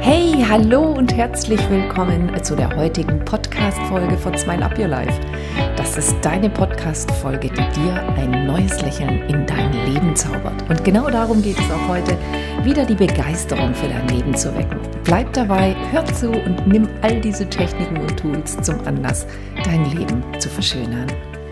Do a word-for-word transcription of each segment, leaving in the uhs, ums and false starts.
Hey, hallo und herzlich willkommen zu der heutigen Podcast-Folge von Smile Up Your Life. Das ist deine Podcast-Folge, die dir ein neues Lächeln in dein Leben zaubert. Und genau darum geht es auch heute, wieder die Begeisterung für dein Leben zu wecken. Bleib dabei, hör zu und nimm all diese Techniken und Tools zum Anlass, dein Leben zu verschönern.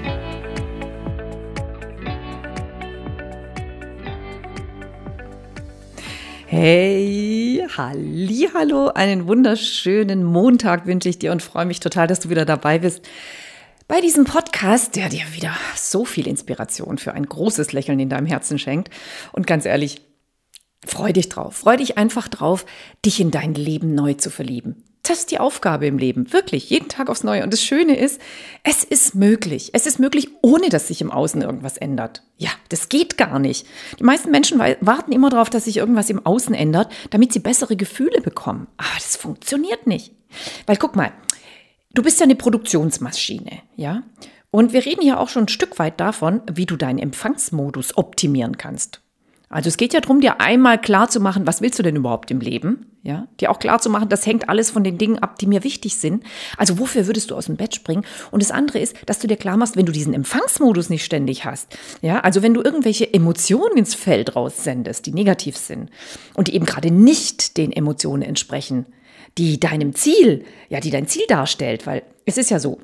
Hey, hallihallo, einen wunderschönen Montag wünsche ich dir und freue mich total, dass du wieder dabei bist bei diesem Podcast, der dir wieder so viel Inspiration für ein großes Lächeln in deinem Herzen schenkt. Und ganz ehrlich, freu dich drauf, freu dich einfach drauf, dich in dein Leben neu zu verlieben. Das ist die Aufgabe im Leben, wirklich, jeden Tag aufs Neue. Und das Schöne ist, es ist möglich. Es ist möglich, ohne dass sich im Außen irgendwas ändert. Ja, das geht gar nicht. Die meisten Menschen warten immer darauf, dass sich irgendwas im Außen ändert, damit sie bessere Gefühle bekommen. Aber das funktioniert nicht. Weil guck mal, du bist ja eine Produktionsmaschine, ja? Und wir reden hier auch schon ein Stück weit davon, wie du deinen Empfangsmodus optimieren kannst. Also es geht ja darum, dir einmal klar zu machen, was willst du denn überhaupt im Leben? Ja, dir auch klar zu machen, das hängt alles von den Dingen ab, die mir wichtig sind. Also wofür würdest du aus dem Bett springen? Und das andere ist, dass du dir klar machst, wenn du diesen Empfangsmodus nicht ständig hast, ja, also wenn du irgendwelche Emotionen ins Feld raussendest, die negativ sind und die eben gerade nicht den Emotionen entsprechen, die deinem Ziel, ja, die dein Ziel darstellt, weil es ist ja so,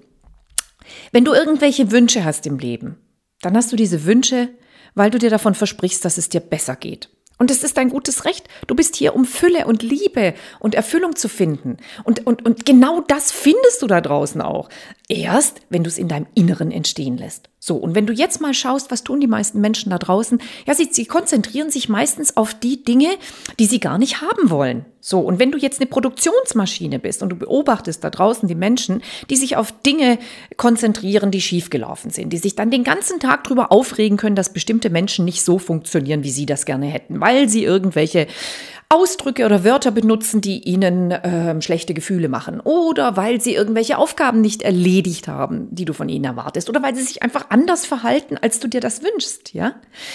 wenn du irgendwelche Wünsche hast im Leben, dann hast du diese Wünsche, weil du dir davon versprichst, dass es dir besser geht. Und es ist dein gutes Recht. Du bist hier, um Fülle und Liebe und Erfüllung zu finden. Und, und, und genau das findest du da draußen auch. Erst, wenn du es in deinem Inneren entstehen lässt. So, und wenn du jetzt mal schaust, was tun die meisten Menschen da draußen? Ja, sie, sie konzentrieren sich meistens auf die Dinge, die sie gar nicht haben wollen. So, und wenn du jetzt eine Produktionsmaschine bist und du beobachtest da draußen die Menschen, die sich auf Dinge konzentrieren, die schiefgelaufen sind, die sich dann den ganzen Tag drüber aufregen können, dass bestimmte Menschen nicht so funktionieren, wie sie das gerne hätten, weil sie irgendwelche Ausdrücke oder Wörter benutzen, die ihnen äh, schlechte Gefühle machen oder weil sie irgendwelche Aufgaben nicht erledigt haben, die du von ihnen erwartest oder weil sie sich einfach anders verhalten, als du dir das wünschst, ja?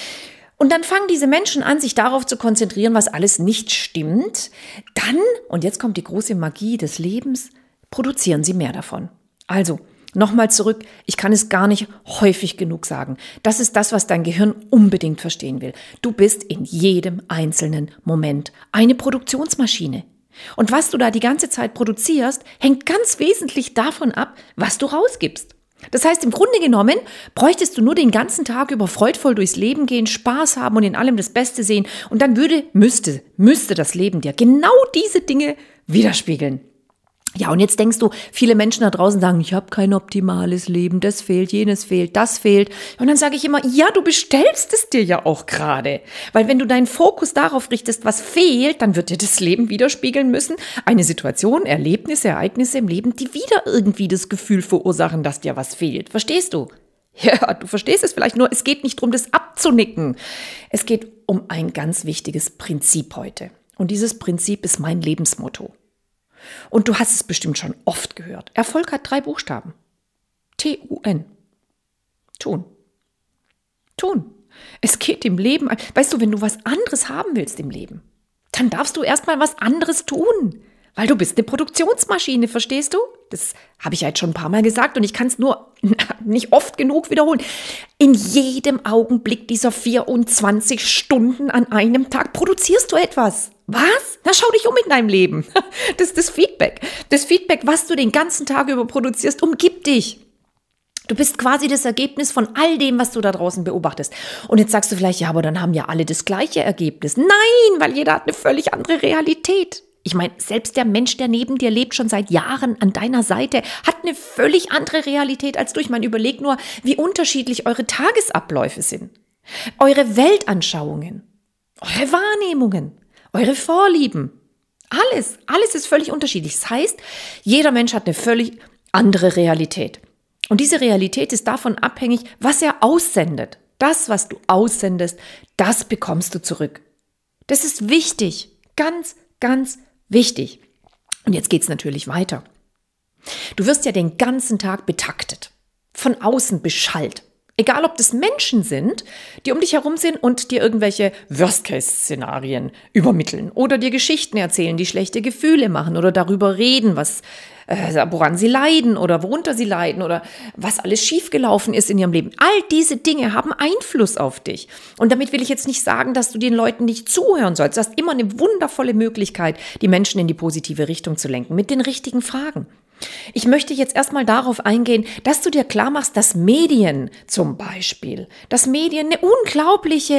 Und dann fangen diese Menschen an, sich darauf zu konzentrieren, was alles nicht stimmt. Dann, und jetzt kommt die große Magie des Lebens, produzieren sie mehr davon. Also, nochmal zurück, ich kann es gar nicht häufig genug sagen. Das ist das, was dein Gehirn unbedingt verstehen will. Du bist in jedem einzelnen Moment eine Produktionsmaschine. Und was du da die ganze Zeit produzierst, hängt ganz wesentlich davon ab, was du rausgibst. Das heißt, im Grunde genommen bräuchtest du nur den ganzen Tag über freudvoll durchs Leben gehen, Spaß haben und in allem das Beste sehen. Und dann würde, müsste, müsste das Leben dir genau diese Dinge widerspiegeln. Ja, und jetzt denkst du, viele Menschen da draußen sagen, ich habe kein optimales Leben, das fehlt, jenes fehlt, das fehlt. Und dann sage ich immer, ja, du bestellst es dir ja auch gerade. Weil wenn du deinen Fokus darauf richtest, was fehlt, dann wird dir das Leben widerspiegeln müssen. Eine Situation, Erlebnisse, Ereignisse im Leben, die wieder irgendwie das Gefühl verursachen, dass dir was fehlt. Verstehst du? Ja, du verstehst es vielleicht nur, es geht nicht darum, das abzunicken. Es geht um ein ganz wichtiges Prinzip heute. Und dieses Prinzip ist mein Lebensmotto. Und du hast es bestimmt schon oft gehört. Erfolg hat drei Buchstaben. T U N. Tun. Tun. Es geht im Leben, weißt du, wenn du was anderes haben willst im Leben, dann darfst du erstmal was anderes tun. Weil du bist eine Produktionsmaschine, verstehst du? Das habe ich ja jetzt schon ein paar Mal gesagt und ich kann es nur nicht oft genug wiederholen. In jedem Augenblick dieser vierundzwanzig Stunden an einem Tag produzierst du etwas. Was? Na, schau dich um in deinem Leben. Das ist das Feedback. Das Feedback, was du den ganzen Tag über produzierst, umgibt dich. Du bist quasi das Ergebnis von all dem, was du da draußen beobachtest. Und jetzt sagst du vielleicht, ja, aber dann haben ja alle das gleiche Ergebnis. Nein, weil jeder hat eine völlig andere Realität. Ich meine, selbst der Mensch, der neben dir lebt, schon seit Jahren an deiner Seite, hat eine völlig andere Realität als du. Ich meine, überleg nur, wie unterschiedlich eure Tagesabläufe sind. Eure Weltanschauungen, eure Wahrnehmungen, eure Vorlieben. Alles, alles ist völlig unterschiedlich. Das heißt, jeder Mensch hat eine völlig andere Realität. Und diese Realität ist davon abhängig, was er aussendet. Das, was du aussendest, das bekommst du zurück. Das ist wichtig, ganz, ganz wichtig. Und jetzt geht's natürlich weiter. Du wirst ja den ganzen Tag betaktet, von außen beschallt. Egal, ob das Menschen sind, die um dich herum sind und dir irgendwelche Worst-Case-Szenarien übermitteln oder dir Geschichten erzählen, die schlechte Gefühle machen oder darüber reden, was, äh, woran sie leiden oder worunter sie leiden oder was alles schiefgelaufen ist in ihrem Leben. All diese Dinge haben Einfluss auf dich. Und damit will ich jetzt nicht sagen, dass du den Leuten nicht zuhören sollst. Du hast immer eine wundervolle Möglichkeit, die Menschen in die positive Richtung zu lenken, mit den richtigen Fragen. Ich möchte jetzt erstmal darauf eingehen, dass du dir klar machst, dass Medien zum Beispiel, dass Medien eine unglaubliche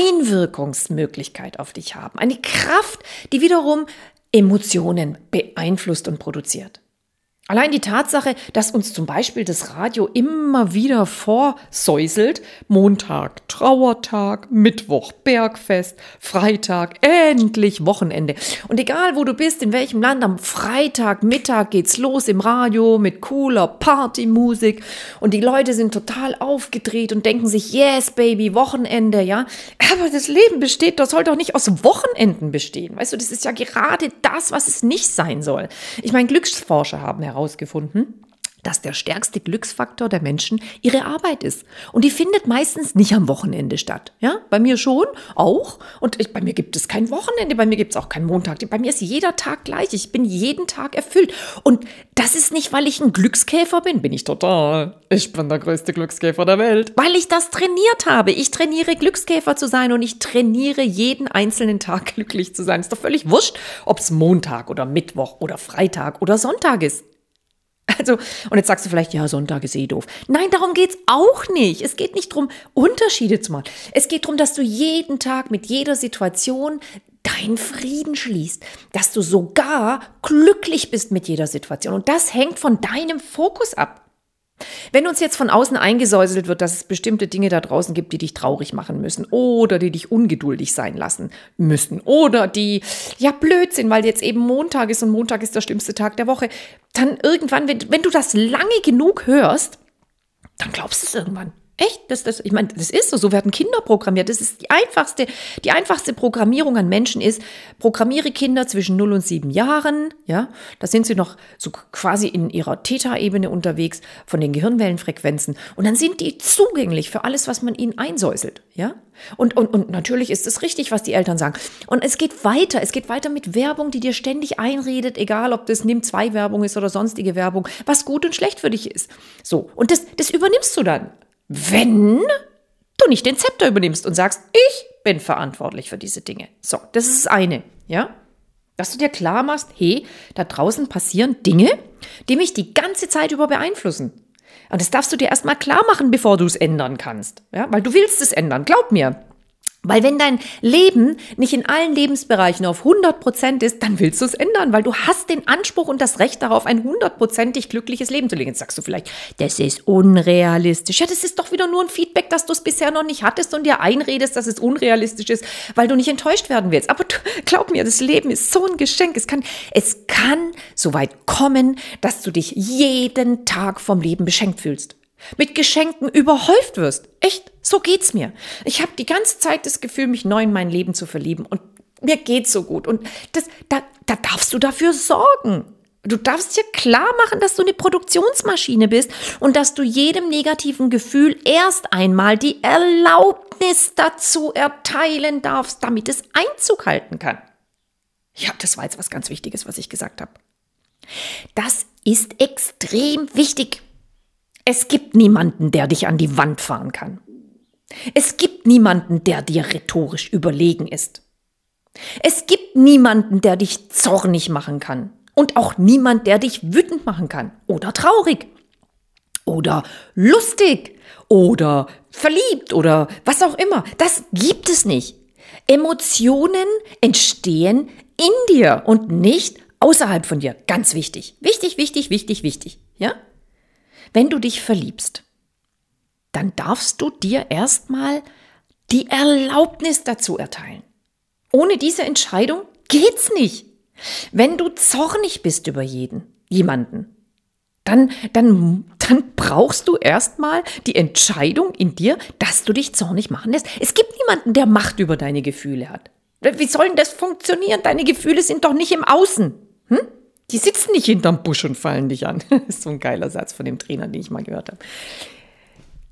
Einwirkungsmöglichkeit auf dich haben. Eine Kraft, die wiederum Emotionen beeinflusst und produziert. Allein die Tatsache, dass uns zum Beispiel das Radio immer wieder vorsäuselt, Montag Trauertag, Mittwoch Bergfest, Freitag endlich Wochenende. Und egal wo du bist, in welchem Land, am Freitag Mittag geht's los im Radio mit cooler Partymusik und die Leute sind total aufgedreht und denken sich, yes baby, Wochenende, ja. Aber das Leben besteht, das soll doch nicht aus Wochenenden bestehen. Weißt du, das ist ja gerade das, was es nicht sein soll. Ich meine, Glücksforscher haben herausgefunden, dass der stärkste Glücksfaktor der Menschen ihre Arbeit ist. Und die findet meistens nicht am Wochenende statt. Ja, bei mir schon, auch. Und ich, bei mir gibt es kein Wochenende, bei mir gibt es auch keinen Montag. Bei mir ist jeder Tag gleich. Ich bin jeden Tag erfüllt. Und das ist nicht, weil ich ein Glückskäfer bin. Bin ich total. Ich bin der größte Glückskäfer der Welt. Weil ich das trainiert habe. Ich trainiere, Glückskäfer zu sein und ich trainiere jeden einzelnen Tag glücklich zu sein. Ist doch völlig wurscht, ob es Montag oder Mittwoch oder Freitag oder Sonntag ist. Also, und jetzt sagst du vielleicht, ja, Sonntag ist eh doof. Nein, darum geht's auch nicht. Es geht nicht darum, Unterschiede zu machen. Es geht darum, dass du jeden Tag mit jeder Situation deinen Frieden schließt. Dass du sogar glücklich bist mit jeder Situation. Und das hängt von deinem Fokus ab. Wenn uns jetzt von außen eingesäuselt wird, dass es bestimmte Dinge da draußen gibt, die dich traurig machen müssen oder die dich ungeduldig sein lassen müssen oder die ja blöd sind, weil jetzt eben Montag ist und Montag ist der schlimmste Tag der Woche, dann irgendwann, wenn, wenn du das lange genug hörst, dann glaubst du es irgendwann. Echt? Das, das, ich meine, das ist so, so werden Kinder programmiert. Das ist die einfachste, die einfachste Programmierung an Menschen ist, programmiere Kinder zwischen null und sieben Jahren, ja, da sind sie noch so quasi in ihrer Theta-Ebene unterwegs von den Gehirnwellenfrequenzen und dann sind die zugänglich für alles, was man ihnen einsäuselt, ja. Und, und, und natürlich ist es richtig, was die Eltern sagen. Und es geht weiter, es geht weiter mit Werbung, die dir ständig einredet, egal ob das Nimm-zwei-Werbung ist oder sonstige Werbung, was gut und schlecht für dich ist. So, und das, das übernimmst du dann. Wenn du nicht den Zepter übernimmst und sagst, ich bin verantwortlich für diese Dinge. So, das ist das eine, ja? Dass du dir klar machst, hey, da draußen passieren Dinge, die mich die ganze Zeit über beeinflussen. Und das darfst du dir erstmal klar machen, bevor du es ändern kannst. Ja? Weil du willst es ändern, glaub mir. Weil wenn dein Leben nicht in allen Lebensbereichen auf hundert Prozent ist, dann willst du es ändern, weil du hast den Anspruch und das Recht darauf, ein hundertprozentig glückliches Leben zu leben. Jetzt sagst du vielleicht, das ist unrealistisch. Ja, das ist doch wieder nur ein Feedback, das du es bisher noch nicht hattest und dir einredest, dass es unrealistisch ist, weil du nicht enttäuscht werden willst. Aber du, glaub mir, das Leben ist so ein Geschenk. Es kann, es kann so weit kommen, dass du dich jeden Tag vom Leben beschenkt fühlst. Mit Geschenken überhäuft wirst. Echt, so geht's mir. Ich habe die ganze Zeit das Gefühl, mich neu in mein Leben zu verlieben und mir geht's so gut. Und das, da, da darfst du dafür sorgen. Du darfst dir klar machen, dass du eine Produktionsmaschine bist und dass du jedem negativen Gefühl erst einmal die Erlaubnis dazu erteilen darfst, damit es Einzug halten kann. Ja, das war jetzt was ganz Wichtiges, was ich gesagt habe. Das ist extrem wichtig. Es gibt niemanden, der dich an die Wand fahren kann. Es gibt niemanden, der dir rhetorisch überlegen ist. Es gibt niemanden, der dich zornig machen kann. Und auch niemand, der dich wütend machen kann. Oder traurig. Oder lustig. Oder verliebt. Oder was auch immer. Das gibt es nicht. Emotionen entstehen in dir und nicht außerhalb von dir. Ganz wichtig. Wichtig, wichtig, wichtig, wichtig. Ja? Wenn du dich verliebst, dann darfst du dir erstmal die Erlaubnis dazu erteilen. Ohne diese Entscheidung geht's nicht. Wenn du zornig bist über jeden, jemanden, dann, dann, dann brauchst du erstmal die Entscheidung in dir, dass du dich zornig machen lässt. Es gibt niemanden, der Macht über deine Gefühle hat. Wie soll denn das funktionieren? Deine Gefühle sind doch nicht im Außen. Hm? Die sitzen nicht hinterm Busch und fallen dich an. Das ist so ein geiler Satz von dem Trainer, den ich mal gehört habe.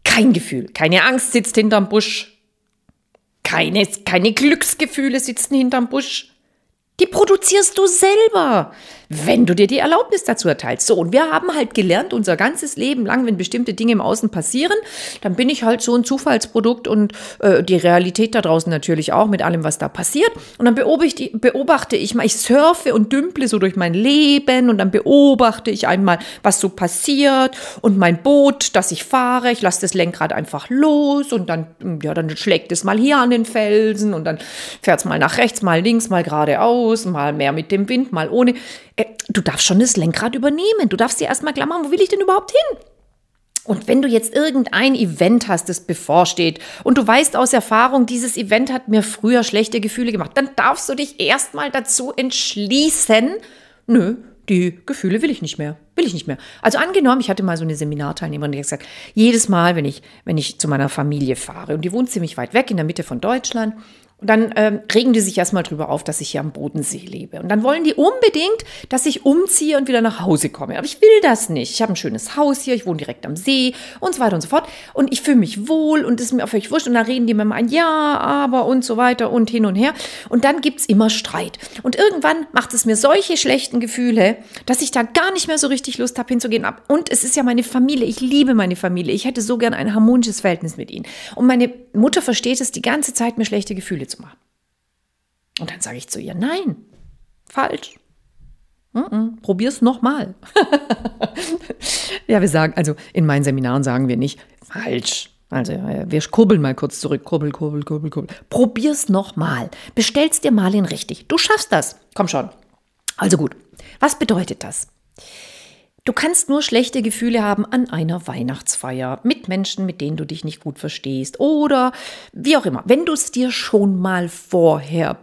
Kein Gefühl, keine Angst sitzt hinterm Busch. Keine, keine Glücksgefühle sitzen hinterm Busch. Die produzierst du selber, wenn du dir die Erlaubnis dazu erteilst. So, und wir haben halt gelernt, unser ganzes Leben lang, wenn bestimmte Dinge im Außen passieren, dann bin ich halt so ein Zufallsprodukt und äh, die Realität da draußen natürlich auch mit allem, was da passiert. Und dann beobachte ich, beobachte ich mal, ich surfe und dümple so durch mein Leben und dann beobachte ich einmal, was so passiert und mein Boot, das ich fahre, ich lasse das Lenkrad einfach los und dann, ja, dann schlägt es mal hier an den Felsen und dann fährt es mal nach rechts, mal links, mal geradeaus, mal mehr mit dem Wind, mal ohne. Du darfst schon das Lenkrad übernehmen. Du darfst dir erstmal klar machen, wo will ich denn überhaupt hin? Und wenn du jetzt irgendein Event hast, das bevorsteht und du weißt aus Erfahrung, dieses Event hat mir früher schlechte Gefühle gemacht, dann darfst du dich erstmal dazu entschließen, nö, die Gefühle will ich nicht mehr, will ich nicht mehr. Also angenommen, ich hatte mal so eine Seminarteilnehmerin, die hat gesagt, jedes Mal, wenn ich, wenn ich zu meiner Familie fahre und die wohnt ziemlich weit weg in der Mitte von Deutschland, und dann ähm, regen die sich erstmal drüber auf, dass ich hier am Bodensee lebe. Und dann wollen die unbedingt, dass ich umziehe und wieder nach Hause komme. Aber ich will das nicht. Ich habe ein schönes Haus hier, ich wohne direkt am See und so weiter und so fort. Und ich fühle mich wohl und es ist mir auch völlig wurscht. Und dann reden die mir mal ein Ja, aber und so weiter und hin und her. Und dann gibt's immer Streit. Und irgendwann macht es mir solche schlechten Gefühle, dass ich da gar nicht mehr so richtig Lust habe hinzugehen. Und es ist ja meine Familie. Ich liebe meine Familie. Ich hätte so gern ein harmonisches Verhältnis mit ihnen. Und meine Mutter versteht es die ganze Zeit, mir schlechte Gefühle zu machen. Und dann sage ich zu ihr, nein, falsch. Mm-mm, probier's nochmal. Ja, wir sagen, also in meinen Seminaren sagen wir nicht, falsch. Also wir kurbeln mal kurz zurück, kurbel, kurbel, kurbel, kurbel. Probier's nochmal. Bestell's dir mal in richtig. Du schaffst das. Komm schon. Also gut, was bedeutet das? Du kannst nur schlechte Gefühle haben an einer Weihnachtsfeier mit Menschen, mit denen du dich nicht gut verstehst oder wie auch immer. Wenn du es dir schon mal vorher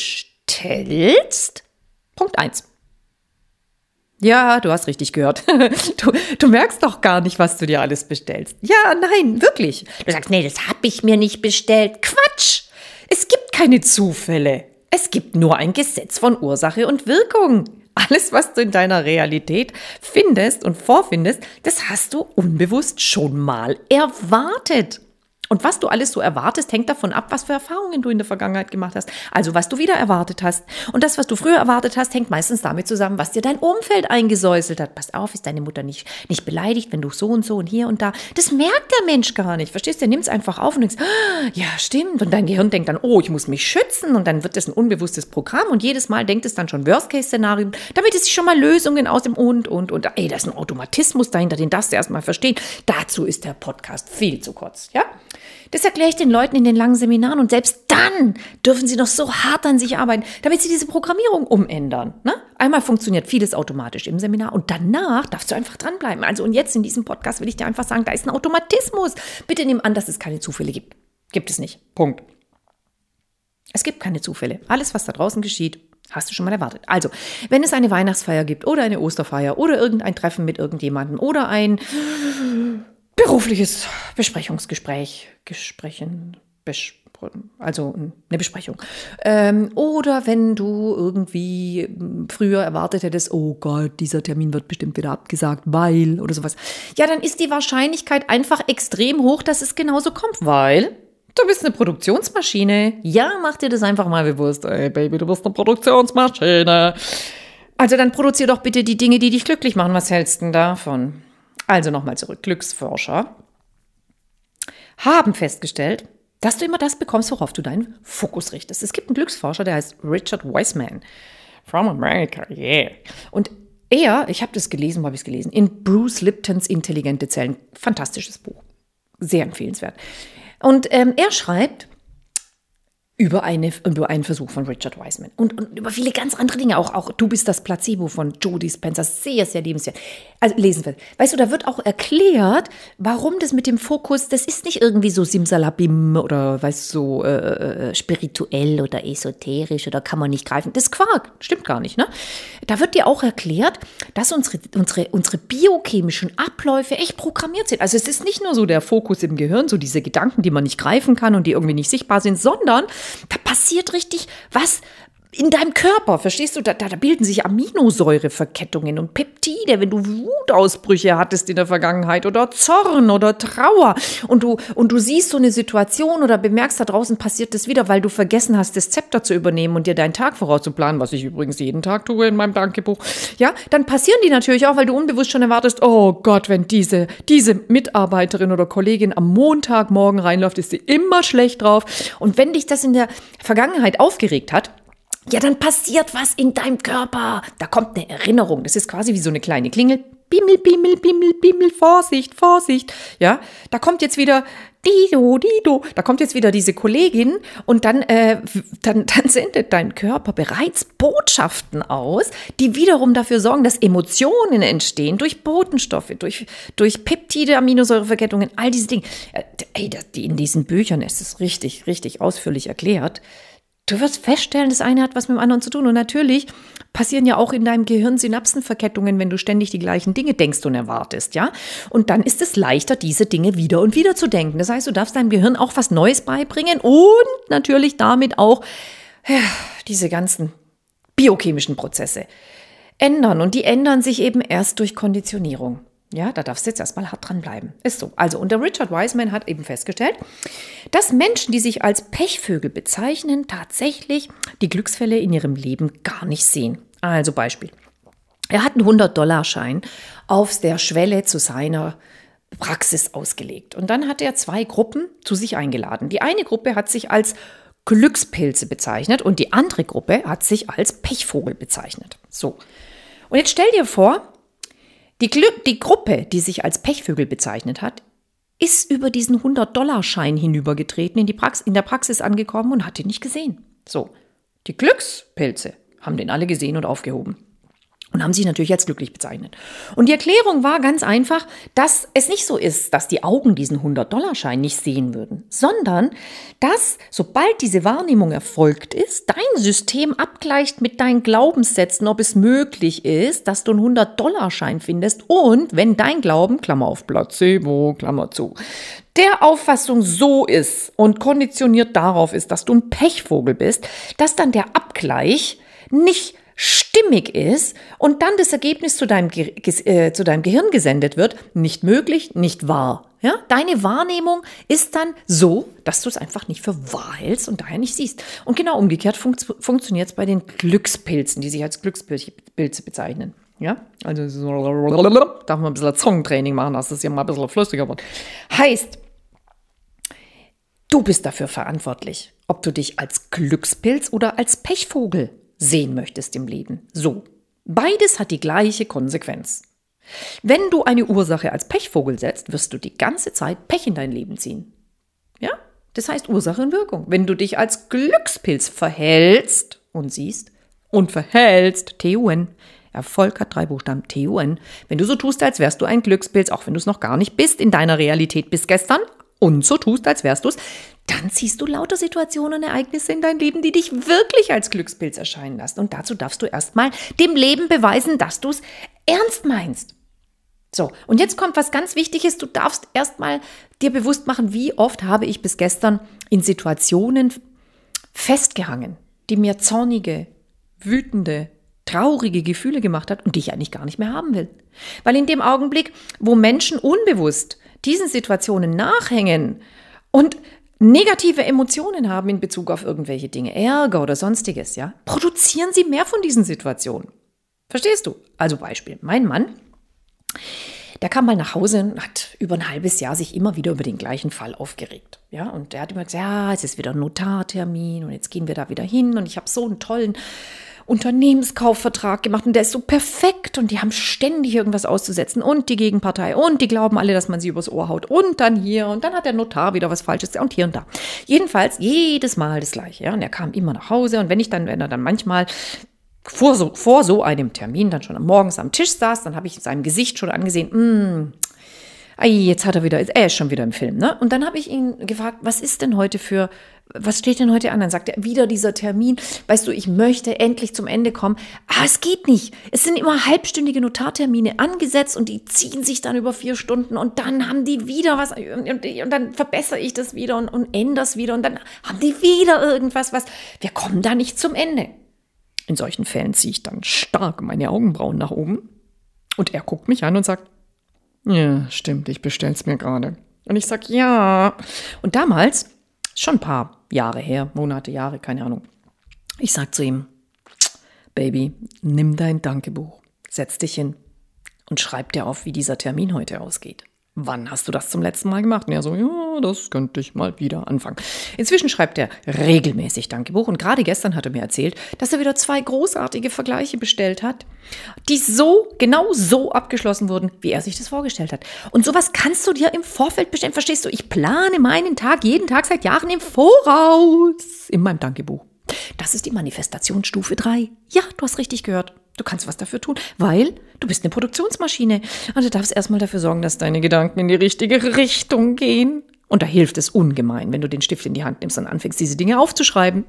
bestellst, Punkt eins. Ja, du hast richtig gehört. Du, du merkst doch gar nicht, was du dir alles bestellst. Ja, nein, wirklich. Du sagst, nee, das habe ich mir nicht bestellt. Quatsch! Es gibt keine Zufälle. Es gibt nur ein Gesetz von Ursache und Wirkung. Alles, was du in deiner Realität findest und vorfindest, das hast du unbewusst schon mal erwartet. Und was du alles so erwartest, hängt davon ab, was für Erfahrungen du in der Vergangenheit gemacht hast. Also was du wieder erwartet hast. Und das, was du früher erwartet hast, hängt meistens damit zusammen, was dir dein Umfeld eingesäuselt hat. Pass auf, ist deine Mutter nicht, nicht beleidigt, wenn du so und so und hier und da. Das merkt der Mensch gar nicht. Verstehst du? Der nimmt es einfach auf und denkst, ah, ja, stimmt. Und dein Gehirn denkt dann, oh, ich muss mich schützen. Und dann wird das ein unbewusstes Programm. Und jedes Mal denkt es dann schon Worst-Case-Szenarien, damit es sich schon mal Lösungen aus dem und, und, und. Ey, da ist ein Automatismus dahinter, den darfst du erst mal verstehen. Dazu ist der Podcast viel zu kurz, ja? Das erkläre ich den Leuten in den langen Seminaren und selbst dann dürfen sie noch so hart an sich arbeiten, damit sie diese Programmierung umändern. Ne? Einmal funktioniert vieles automatisch im Seminar und danach darfst du einfach dranbleiben. Also und jetzt in diesem Podcast will ich dir einfach sagen, da ist ein Automatismus. Bitte nimm an, dass es keine Zufälle gibt. Gibt es nicht. Punkt. Es gibt keine Zufälle. Alles, was da draußen geschieht, hast du schon mal erwartet. Also, wenn es eine Weihnachtsfeier gibt oder eine Osterfeier oder irgendein Treffen mit irgendjemandem oder ein berufliches Besprechungsgespräch, Gesprächen, Bes- also eine Besprechung. Ähm, oder wenn du irgendwie früher erwartet hättest, oh Gott, dieser Termin wird bestimmt wieder abgesagt, weil oder sowas. Ja, dann ist die Wahrscheinlichkeit einfach extrem hoch, dass es genauso kommt, weil du bist eine Produktionsmaschine. Ja, mach dir das einfach mal bewusst. Ey, Baby, du bist eine Produktionsmaschine. Also dann produzier doch bitte die Dinge, die dich glücklich machen. Was hältst du denn davon? Also nochmal zurück. Glücksforscher haben festgestellt, dass du immer das bekommst, worauf du deinen Fokus richtest. Es gibt einen Glücksforscher, der heißt Richard Wiseman. From America, yeah. Und er, ich habe das gelesen, wo habe ich es gelesen? In Bruce Liptons Intelligente Zellen. Fantastisches Buch. Sehr empfehlenswert. Und ähm, er schreibt über, eine, über einen Versuch von Richard Wiseman und, und über viele ganz andere Dinge. Auch, auch Du bist das Placebo von Joe Dispenza. Sehr, sehr lebenswert. Also lesenswert. Weißt du, da wird auch erklärt, warum das mit dem Fokus, das ist nicht irgendwie so simsalabim oder weißt du, so äh, äh, spirituell oder esoterisch oder kann man nicht greifen. Das ist Quark. Stimmt gar nicht, ne? Da wird dir auch erklärt, dass unsere, unsere, unsere biochemischen Abläufe echt programmiert sind. Also es ist nicht nur so der Fokus im Gehirn, so diese Gedanken, die man nicht greifen kann und die irgendwie nicht sichtbar sind, sondern da passiert richtig was in deinem Körper, verstehst du, da, da bilden sich Aminosäureverkettungen und Peptide, wenn du Wutausbrüche hattest in der Vergangenheit oder Zorn oder Trauer und du, und du siehst so eine Situation oder bemerkst, da draußen passiert das wieder, weil du vergessen hast, das Zepter zu übernehmen und dir deinen Tag vorauszuplanen, was ich übrigens jeden Tag tue in meinem Dankebuch, ja, dann passieren die natürlich auch, weil du unbewusst schon erwartest, oh Gott, wenn diese, diese Mitarbeiterin oder Kollegin am Montagmorgen reinläuft, ist sie immer schlecht drauf. Und wenn dich das in der Vergangenheit aufgeregt hat, ja, dann passiert was in deinem Körper. Da kommt eine Erinnerung. Das ist quasi wie so eine kleine Klingel. Bimmel, bimmel, bimmel, bimmel, Vorsicht, Vorsicht. Ja, da kommt jetzt wieder Dido, Dido. Da kommt jetzt wieder diese Kollegin und dann, äh, dann, dann sendet dein Körper bereits Botschaften aus, die wiederum dafür sorgen, dass Emotionen entstehen durch Botenstoffe, durch, durch Peptide, Aminosäureverkettungen, all diese Dinge. Äh, ey, die in diesen Büchern ist es richtig, richtig ausführlich erklärt. Du wirst feststellen, das eine hat was mit dem anderen zu tun. Und natürlich passieren ja auch in deinem Gehirn Synapsenverkettungen, wenn du ständig die gleichen Dinge denkst und erwartest, ja? Und dann ist es leichter, diese Dinge wieder und wieder zu denken. Das heißt, du darfst deinem Gehirn auch was Neues beibringen und natürlich damit auch ja, diese ganzen biochemischen Prozesse ändern. Und die ändern sich eben erst durch Konditionierung. Ja, da darfst du jetzt erstmal hart dranbleiben. Ist so. Also, und der Richard Wiseman hat eben festgestellt, dass Menschen, die sich als Pechvögel bezeichnen, tatsächlich die Glücksfälle in ihrem Leben gar nicht sehen. Also Beispiel. Er hat einen hundert-Dollar-Schein auf der Schwelle zu seiner Praxis ausgelegt. Und dann hat er zwei Gruppen zu sich eingeladen. Die eine Gruppe hat sich als Glückspilze bezeichnet und die andere Gruppe hat sich als Pechvogel bezeichnet. So. Und jetzt stell dir vor, Die, Glück, die Gruppe, die sich als Pechvögel bezeichnet hat, ist über diesen hundert-Dollar-Schein hinübergetreten, in, die Prax- in der Praxis angekommen und hat ihn nicht gesehen. So, die Glückspilze haben den alle gesehen und aufgehoben und haben sich natürlich als glücklich bezeichnet. Und die Erklärung war ganz einfach, dass es nicht so ist, dass die Augen diesen hundert-Dollar-Schein nicht sehen würden, sondern dass, sobald diese Wahrnehmung erfolgt ist, dein System abgleicht mit deinen Glaubenssätzen, ob es möglich ist, dass du einen hundert-Dollar-Schein findest und wenn dein Glauben, Klammer auf Placebo, Klammer zu, der Auffassung so ist und konditioniert darauf ist, dass du ein Pechvogel bist, dass dann der Abgleich nicht stimmig ist und dann das Ergebnis zu deinem, Ge- äh, zu deinem Gehirn gesendet wird, nicht möglich, nicht wahr. Ja? Deine Wahrnehmung ist dann so, dass du es einfach nicht für wahr hältst und daher nicht siehst. Und genau umgekehrt funkt, funktioniert es bei den Glückspilzen, die sich als Glückspilze bezeichnen. Ja? Also so, darf man ein bisschen Zungentraining machen, dass das hier mal ein bisschen flüssiger wird. Heißt, du bist dafür verantwortlich, ob du dich als Glückspilz oder als Pechvogel sehen möchtest im Leben. So, beides hat die gleiche Konsequenz. Wenn du eine Ursache als Pechvogel setzt, wirst du die ganze Zeit Pech in dein Leben ziehen. Ja, das heißt Ursache und Wirkung. Wenn du dich als Glückspilz verhältst und siehst und verhältst, T U N, Erfolg hat drei Buchstaben, T U N, wenn du so tust, als wärst du ein Glückspilz, auch wenn du es noch gar nicht bist, in deiner Realität bis gestern und so tust, als wärst du es, dann ziehst du lauter Situationen und Ereignisse in dein Leben, die dich wirklich als Glückspilz erscheinen lassen. Und dazu darfst du erstmal dem Leben beweisen, dass du es ernst meinst. So, und jetzt kommt was ganz Wichtiges. Du darfst erstmal dir bewusst machen, wie oft habe ich bis gestern in Situationen festgehangen, die mir zornige, wütende, traurige Gefühle gemacht hat und die ich eigentlich gar nicht mehr haben will. Weil in dem Augenblick, wo Menschen unbewusst diesen Situationen nachhängen und negative Emotionen haben in Bezug auf irgendwelche Dinge, Ärger oder sonstiges, ja, produzieren sie mehr von diesen Situationen. Verstehst du? Also Beispiel, mein Mann, der kam mal nach Hause und hat über ein halbes Jahr sich immer wieder über den gleichen Fall aufgeregt. Ja, und der hat immer gesagt, ja, es ist wieder ein Notartermin und jetzt gehen wir da wieder hin und ich habe so einen tollen Unternehmenskaufvertrag gemacht und der ist so perfekt und die haben ständig irgendwas auszusetzen und die Gegenpartei und die glauben alle, dass man sie übers Ohr haut und dann hier und dann hat der Notar wieder was Falsches und hier und da. Jedenfalls jedes Mal das Gleiche. Ja? Und er kam immer nach Hause und wenn ich dann, wenn er dann manchmal vor so, vor so einem Termin dann schon morgens am Tisch saß, dann habe ich in seinem Gesicht schon angesehen, mh, ei, jetzt hat er wieder, er ist schon wieder im Film, ne? Und dann habe ich ihn gefragt, was ist denn heute für, was steht denn heute an? Dann sagt er, wieder dieser Termin, weißt du, ich möchte endlich zum Ende kommen. Ah, es geht nicht. Es sind immer halbstündige Notartermine angesetzt und die ziehen sich dann über vier Stunden und dann haben die wieder was und, und, und dann verbessere ich das wieder und, und ändere es wieder und dann haben die wieder irgendwas, was, wir kommen da nicht zum Ende. In solchen Fällen ziehe ich dann stark meine Augenbrauen nach oben. Und er guckt mich an und sagt, ja, stimmt, ich bestell's mir gerade. Und ich sag, ja. Und damals, schon ein paar Jahre her, Monate, Jahre, keine Ahnung. Ich sag zu ihm, Baby, nimm dein Dankebuch, setz dich hin und schreib dir auf, wie dieser Termin heute ausgeht. Wann hast du das zum letzten Mal gemacht? Und er so, ja, das könnte ich mal wieder anfangen. Inzwischen schreibt er regelmäßig Dankebuch und gerade gestern hat er mir erzählt, dass er wieder zwei großartige Vergleiche bestellt hat, die so, genau so abgeschlossen wurden, wie er sich das vorgestellt hat. Und sowas kannst du dir im Vorfeld bestellen, verstehst du? Ich plane meinen Tag jeden Tag seit Jahren im Voraus in meinem Dankebuch. Das ist die Manifestationsstufe drei. Ja, du hast richtig gehört. Du kannst was dafür tun, weil du bist eine Produktionsmaschine. Und du darfst erstmal dafür sorgen, dass deine Gedanken in die richtige Richtung gehen. Und da hilft es ungemein, wenn du den Stift in die Hand nimmst und anfängst, diese Dinge aufzuschreiben.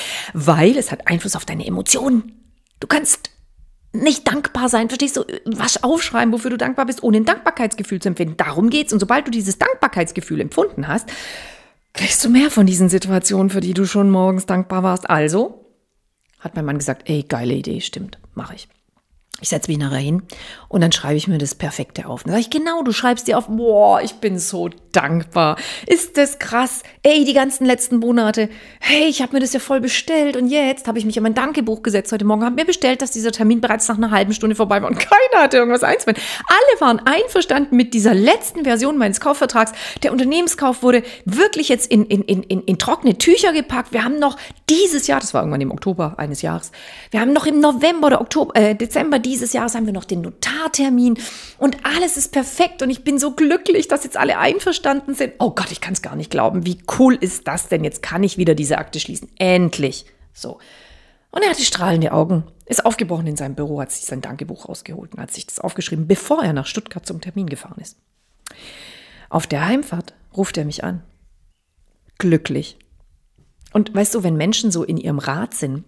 Weil es hat Einfluss auf deine Emotionen. Du kannst nicht dankbar sein, verstehst du? Was aufschreiben, wofür du dankbar bist, ohne ein Dankbarkeitsgefühl zu empfinden. Darum geht's. Und sobald du dieses Dankbarkeitsgefühl empfunden hast, kriegst du mehr von diesen Situationen, für die du schon morgens dankbar warst. Also hat mein Mann gesagt, ey, geile Idee, stimmt, mache ich. Ich setze mich nachher hin und dann schreibe ich mir das Perfekte auf. Dann sage ich, genau, du schreibst dir auf, boah, ich bin so dankbar. Ist das krass? Ey, die ganzen letzten Monate, hey, ich habe mir das ja voll bestellt und jetzt habe ich mich in mein Dankebuch gesetzt heute Morgen, habe mir bestellt, dass dieser Termin bereits nach einer halben Stunde vorbei war und keiner hatte irgendwas einzuwenden. Alle waren einverstanden mit dieser letzten Version meines Kaufvertrags. Der Unternehmenskauf wurde wirklich jetzt in, in, in, in, in trockene Tücher gepackt. Wir haben noch dieses Jahr, das war irgendwann im Oktober eines Jahres, wir haben noch im November oder Oktober, äh, Dezember dieses Jahres haben wir noch den Notartermin und alles ist perfekt und ich bin so glücklich, dass jetzt alle einverstanden sind. Oh Gott, ich kann es gar nicht glauben. Wie cool ist das denn? Jetzt kann ich wieder diese Akte schließen. Endlich. So. Und er hatte strahlende Augen, ist aufgebrochen in seinem Büro, hat sich sein Dankebuch rausgeholt und hat sich das aufgeschrieben, bevor er nach Stuttgart zum Termin gefahren ist. Auf der Heimfahrt ruft er mich an. Glücklich. Und weißt du, wenn Menschen so in ihrem Rad sind,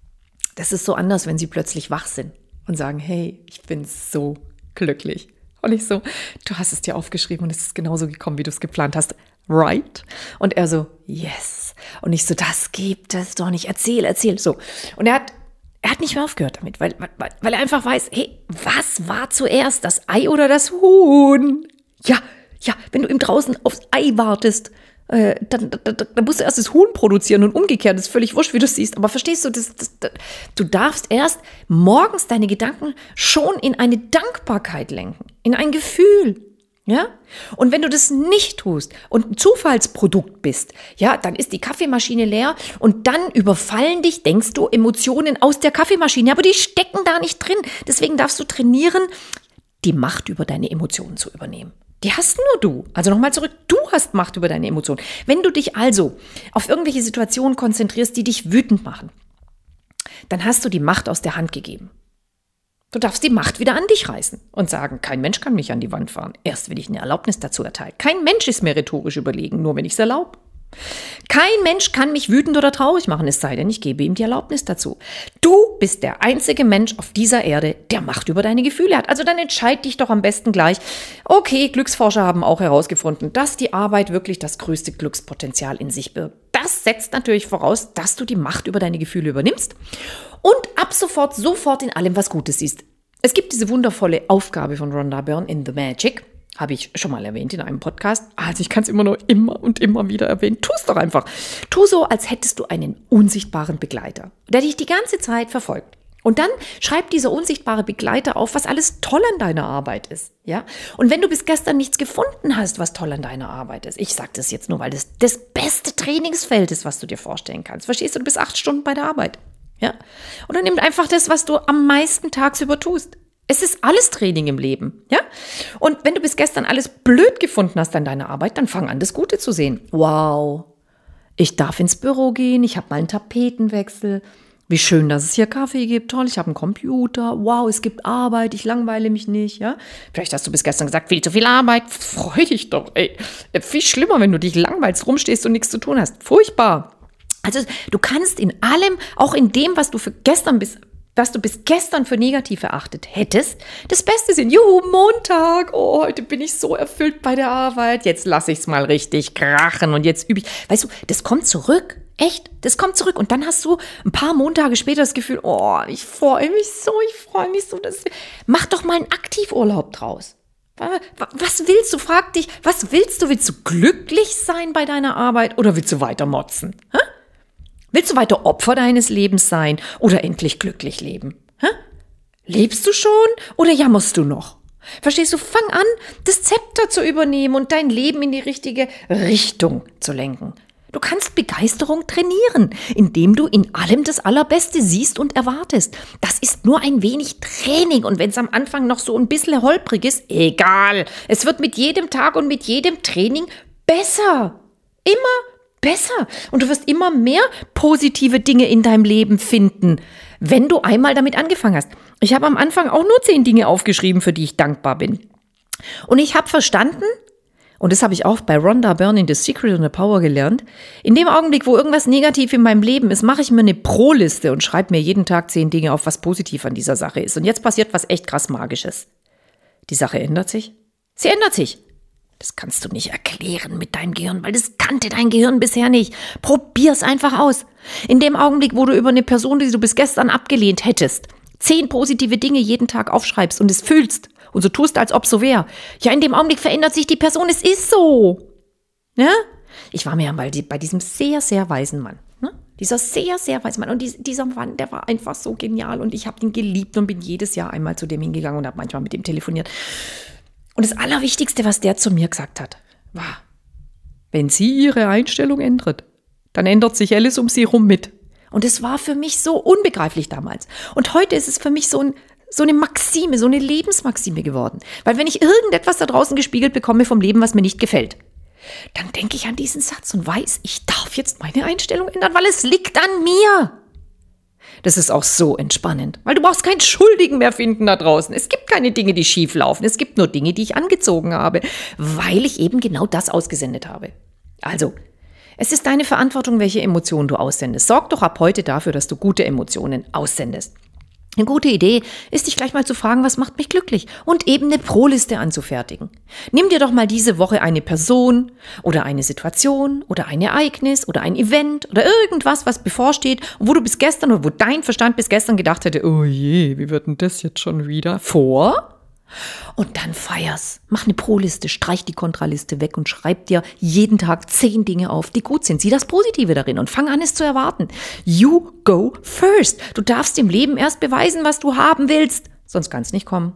das ist so anders, wenn sie plötzlich wach sind und sagen, hey, ich bin so glücklich. Und ich so, du hast es dir aufgeschrieben und es ist genauso gekommen, wie du es geplant hast. Right? Und er so, yes. Und ich so, das gibt es doch nicht. Erzähl, erzähl. So. Und er hat, er hat nicht mehr aufgehört damit, weil, weil, weil er einfach weiß, hey, was war zuerst, das Ei oder das Huhn? Ja, ja, wenn du eben draußen aufs Ei wartest, äh, dann, dann, dann musst du erst das Huhn produzieren und umgekehrt. Das ist völlig wurscht, wie du es siehst. Aber verstehst du, das, das, das, du darfst erst morgens deine Gedanken schon in eine Dankbarkeit lenken, in ein Gefühl. Ja? Und wenn du das nicht tust und ein Zufallsprodukt bist, ja, dann ist die Kaffeemaschine leer und dann überfallen dich, denkst du, Emotionen aus der Kaffeemaschine. Aber die stecken da nicht drin. Deswegen darfst du trainieren, die Macht über deine Emotionen zu übernehmen. Die hast nur du. Also nochmal zurück, du hast Macht über deine Emotionen. Wenn du dich also auf irgendwelche Situationen konzentrierst, die dich wütend machen, dann hast du die Macht aus der Hand gegeben. Du darfst die Macht wieder an dich reißen und sagen, kein Mensch kann mich an die Wand fahren. Erst will ich eine Erlaubnis dazu erteilen. Kein Mensch ist mir rhetorisch überlegen, nur wenn ich es erlaube. Kein Mensch kann mich wütend oder traurig machen, es sei denn, ich gebe ihm die Erlaubnis dazu. Du bist der einzige Mensch auf dieser Erde, der Macht über deine Gefühle hat. Also dann entscheid dich doch am besten gleich. Okay, Glücksforscher haben auch herausgefunden, dass die Arbeit wirklich das größte Glückspotenzial in sich birgt. Das setzt natürlich voraus, dass du die Macht über deine Gefühle übernimmst und ab sofort, sofort in allem was Gutes siehst. Es gibt diese wundervolle Aufgabe von Rhonda Byrne in The Magic. Habe ich schon mal erwähnt in einem Podcast. Also ich kann es immer nur immer und immer wieder erwähnen. Tu es doch einfach. Tu so, als hättest du einen unsichtbaren Begleiter, der dich die ganze Zeit verfolgt. Und dann schreibt dieser unsichtbare Begleiter auf, was alles toll an deiner Arbeit ist. Ja? Und wenn du bis gestern nichts gefunden hast, was toll an deiner Arbeit ist, ich sage das jetzt nur, weil das das beste Trainingsfeld ist, was du dir vorstellen kannst. Verstehst du, du bist acht Stunden bei der Arbeit. Ja? Und dann nimm einfach das, was du am meisten tagsüber tust. Es ist alles Training im Leben, ja? Und wenn du bis gestern alles blöd gefunden hast an deiner Arbeit, dann fang an, das Gute zu sehen. Wow, ich darf ins Büro gehen, ich habe mal einen Tapetenwechsel. Wie schön, dass es hier Kaffee gibt. Toll, ich habe einen Computer. Wow, es gibt Arbeit, ich langweile mich nicht, ja? Vielleicht hast du bis gestern gesagt, viel zu viel Arbeit. Freu dich doch, ey. Viel schlimmer, wenn du dich langweilst, rumstehst und nichts zu tun hast. Furchtbar. Also du kannst in allem, auch in dem, was du für gestern bist, was du bis gestern für negativ erachtet hättest, das Beste sind, juhu, Montag, oh, heute bin ich so erfüllt bei der Arbeit, jetzt lasse ich es mal richtig krachen und jetzt übe ich. Weißt du, das kommt zurück. Echt, das kommt zurück und dann hast du ein paar Montage später das Gefühl, oh, ich freue mich so, ich freue mich so. Das mach doch mal einen Aktivurlaub draus. Was willst du? Frag dich, was willst du? Willst du glücklich sein bei deiner Arbeit oder willst du weiter motzen? Hä? Willst du weiter Opfer deines Lebens sein oder endlich glücklich leben? Hä? Lebst du schon oder jammerst du noch? Verstehst du? Fang an, das Zepter zu übernehmen und dein Leben in die richtige Richtung zu lenken. Du kannst Begeisterung trainieren, indem du in allem das Allerbeste siehst und erwartest. Das ist nur ein wenig Training und wenn es am Anfang noch so ein bisschen holprig ist, egal. Es wird mit jedem Tag und mit jedem Training besser. Immer besser. Und du wirst immer mehr positive Dinge in deinem Leben finden, wenn du einmal damit angefangen hast. Ich habe am Anfang auch nur zehn Dinge aufgeschrieben, für die ich dankbar bin. Und ich habe verstanden, und das habe ich auch bei Rhonda Byrne in The Secret und The Power gelernt. In dem Augenblick, wo irgendwas negativ in meinem Leben ist, mache ich mir eine Pro-Liste und schreibe mir jeden Tag zehn Dinge auf, was positiv an dieser Sache ist. Und jetzt passiert was echt krass Magisches. Die Sache ändert sich. Sie ändert sich. Das kannst du nicht erklären mit deinem Gehirn, weil das kannte dein Gehirn bisher nicht. Probier's einfach aus. In dem Augenblick, wo du über eine Person, die du bis gestern abgelehnt hättest, zehn positive Dinge jeden Tag aufschreibst und es fühlst, und so tust, als ob so wäre. Ja, in dem Augenblick verändert sich die Person. Es ist so. Ja? Ich war mir ja mal bei diesem sehr, sehr weisen Mann. Ne? Dieser sehr, sehr weise Mann. Und dieser Mann, der war einfach so genial. Und ich habe ihn geliebt und bin jedes Jahr einmal zu dem hingegangen und habe manchmal mit ihm telefoniert. Und das Allerwichtigste, was der zu mir gesagt hat, war, wenn sie ihre Einstellung ändert, dann ändert sich alles um sie rum mit. Und es war für mich so unbegreiflich damals. Und heute ist es für mich so ein So eine Maxime, so eine Lebensmaxime geworden. Weil wenn ich irgendetwas da draußen gespiegelt bekomme vom Leben, was mir nicht gefällt, dann denke ich an diesen Satz und weiß, ich darf jetzt meine Einstellung ändern, weil es liegt an mir. Das ist auch so entspannend, weil du brauchst keinen Schuldigen mehr finden da draußen. Es gibt keine Dinge, die schief laufen. Es gibt nur Dinge, die ich angezogen habe, weil ich eben genau das ausgesendet habe. Also, es ist deine Verantwortung, welche Emotionen du aussendest. Sorg doch ab heute dafür, dass du gute Emotionen aussendest. Eine gute Idee ist, dich gleich mal zu fragen, was macht mich glücklich? Und eben eine Pro-Liste anzufertigen. Nimm dir doch mal diese Woche eine Person oder eine Situation oder ein Ereignis oder ein Event oder irgendwas, was bevorsteht und wo du bis gestern oder wo dein Verstand bis gestern gedacht hätte, oh je, wie wird denn das jetzt schon wieder? Vor? Und dann feier's. Mach eine Pro-Liste, streich die Kontraliste weg und schreib dir jeden Tag zehn Dinge auf, die gut sind. Sieh das Positive darin und fang an, es zu erwarten. You go first. Du darfst im Leben erst beweisen, was du haben willst. Sonst kann's nicht kommen.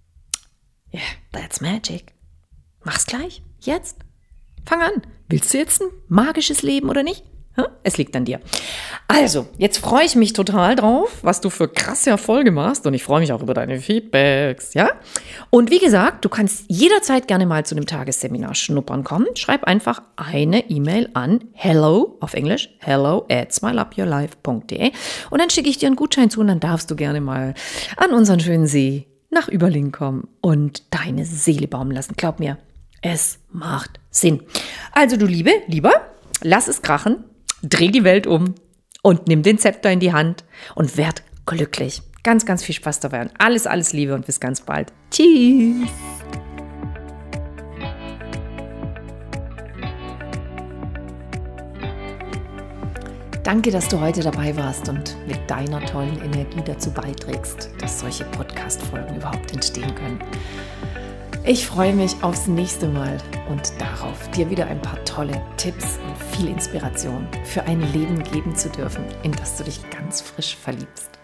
Yeah, that's magic. Mach's gleich. Jetzt. Fang an. Willst du jetzt ein magisches Leben oder nicht? Es liegt an dir. Also, jetzt freue ich mich total drauf, was du für krasse Erfolge machst und ich freue mich auch über deine Feedbacks, ja? Und wie gesagt, du kannst jederzeit gerne mal zu einem Tagesseminar schnuppern kommen. Schreib einfach eine E-Mail an hello, auf Englisch, hello at smileupyourlife punkt de und dann schicke ich dir einen Gutschein zu und dann darfst du gerne mal an unseren schönen See nach Überlingen kommen und deine Seele baumen lassen. Glaub mir, es macht Sinn. Also du Liebe, lieber, lass es krachen. Dreh die Welt um und nimm den Zepter in die Hand und werd glücklich. Ganz, ganz viel Spaß dabei. Alles, alles Liebe und bis ganz bald. Tschüss. Danke, dass du heute dabei warst und mit deiner tollen Energie dazu beiträgst, dass solche Podcast-Folgen überhaupt entstehen können. Ich freue mich aufs nächste Mal und darauf, dir wieder ein paar tolle Tipps und viel Inspiration für ein Leben geben zu dürfen, in das du dich ganz frisch verliebst.